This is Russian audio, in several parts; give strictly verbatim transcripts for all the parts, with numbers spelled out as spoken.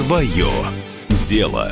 Свое дело.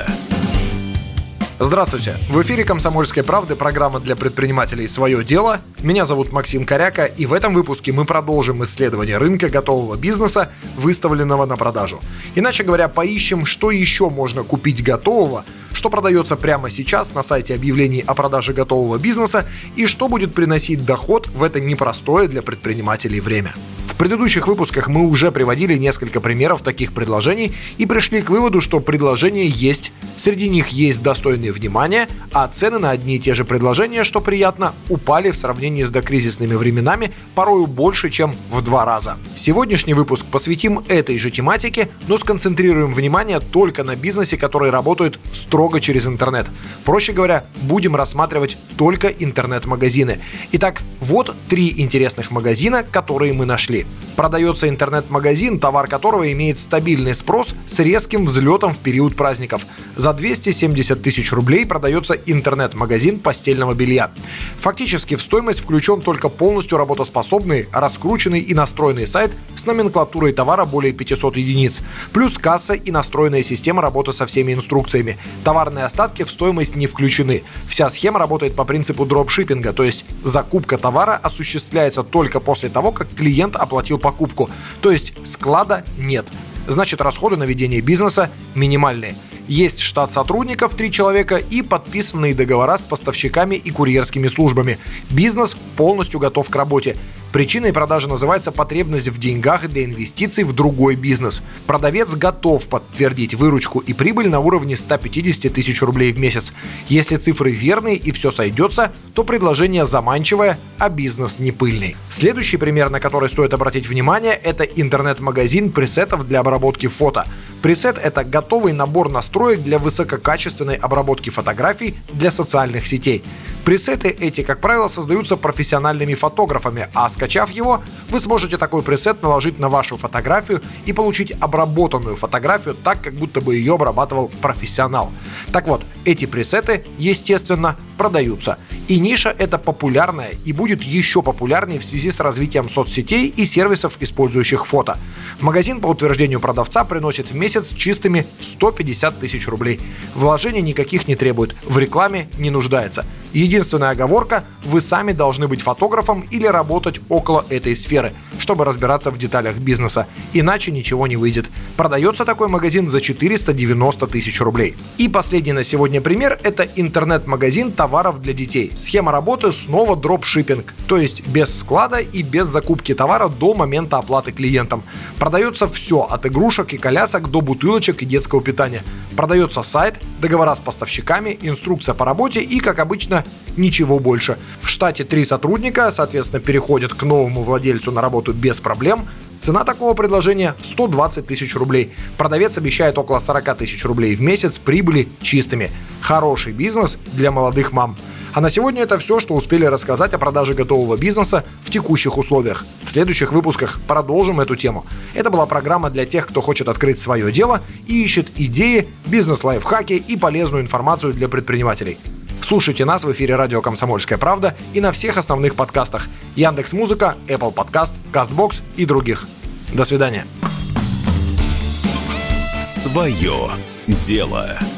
Здравствуйте! В эфире «Комсомольской правды» программа для предпринимателей «Свое дело». Меня зовут Максим Коряка, и в этом выпуске мы продолжим исследование рынка готового бизнеса, выставленного на продажу. Иначе говоря, поищем, что еще можно купить готового, что продается прямо сейчас на сайте объявлений о продаже готового бизнеса и что будет приносить доход в это непростое для предпринимателей время. В предыдущих выпусках мы уже приводили несколько примеров таких предложений и пришли к выводу, что предложения есть, среди них есть достойные внимания, а цены на одни и те же предложения, что приятно, упали в сравнении с докризисными временами порою больше, чем в два раза. Сегодняшний выпуск посвятим этой же тематике, но сконцентрируем внимание только на бизнесе, который работает строго через интернет. Проще говоря, будем рассматривать только интернет-магазины. Итак, вот три интересных магазина, которые мы нашли. Продается интернет-магазин, товар которого имеет стабильный спрос с резким взлетом в период праздников. За двести семьдесят тысяч рублей продается интернет-магазин постельного белья. Фактически в стоимость включен только полностью работоспособный, раскрученный и настроенный сайт с номенклатурой товара более пятьсот единиц, плюс касса и настроенная система работы со всеми инструкциями. Товарные остатки в стоимость не включены. Вся схема работает по принципу дропшиппинга, то есть закупка товара осуществляется только после того, как клиент оплатил покупку, то есть склада нет. Значит, расходы на ведение бизнеса минимальные. Есть штат сотрудников, три человека и подписанные договора с поставщиками и курьерскими службами. Бизнес полностью готов к работе. Причиной продажи называется потребность в деньгах для инвестиций в другой бизнес. Продавец готов подтвердить выручку и прибыль на уровне сто пятьдесят тысяч рублей в месяц. Если цифры верные и все сойдется, то предложение заманчивое, а бизнес не пыльный. Следующий пример, на который стоит обратить внимание, это интернет-магазин пресетов для обработки фото. Пресет – это готовый набор настроек для высококачественной обработки фотографий для социальных сетей. Пресеты эти, как правило, создаются профессиональными фотографами, а скачав его, вы сможете такой пресет наложить на вашу фотографию и получить обработанную фотографию так, как будто бы ее обрабатывал профессионал. Так вот, эти пресеты, естественно, продаются. И ниша эта популярная и будет еще популярнее в связи с развитием соцсетей и сервисов, использующих фото. Магазин, по утверждению продавца, приносит в месяц чистыми сто пятьдесят тысяч рублей. Вложений никаких не требует, в рекламе не нуждается. Единственная оговорка – вы сами должны быть фотографом или работать около этой сферы, чтобы разбираться в деталях бизнеса. Иначе ничего не выйдет. Продается такой магазин за четыреста девяносто тысяч рублей. И последний на сегодня пример – это интернет-магазин товаров для детей. Схема работы снова дропшиппинг, то есть без склада и без закупки товара до момента оплаты клиентам. Продается все от игрушек и колясок до бутылочек и детского питания. Продается сайт, договора с поставщиками, инструкция по работе и, как обычно, ничего больше. В штате три сотрудника, соответственно, переходят к новому владельцу на работу без проблем. Цена такого предложения сто двадцать тысяч рублей. Продавец обещает около сорок тысяч рублей в месяц прибыли чистыми. Хороший бизнес для молодых мам. А на сегодня это все, что успели рассказать о продаже готового бизнеса в текущих условиях. В следующих выпусках продолжим эту тему. Это была программа для тех, кто хочет открыть свое дело и ищет идеи, бизнес-лайфхаки и полезную информацию для предпринимателей. Слушайте нас в эфире радио «Комсомольская правда» и на всех основных подкастах: Яндекс.Музыка, Apple Podcast, Castbox и других. До свидания. Свое дело.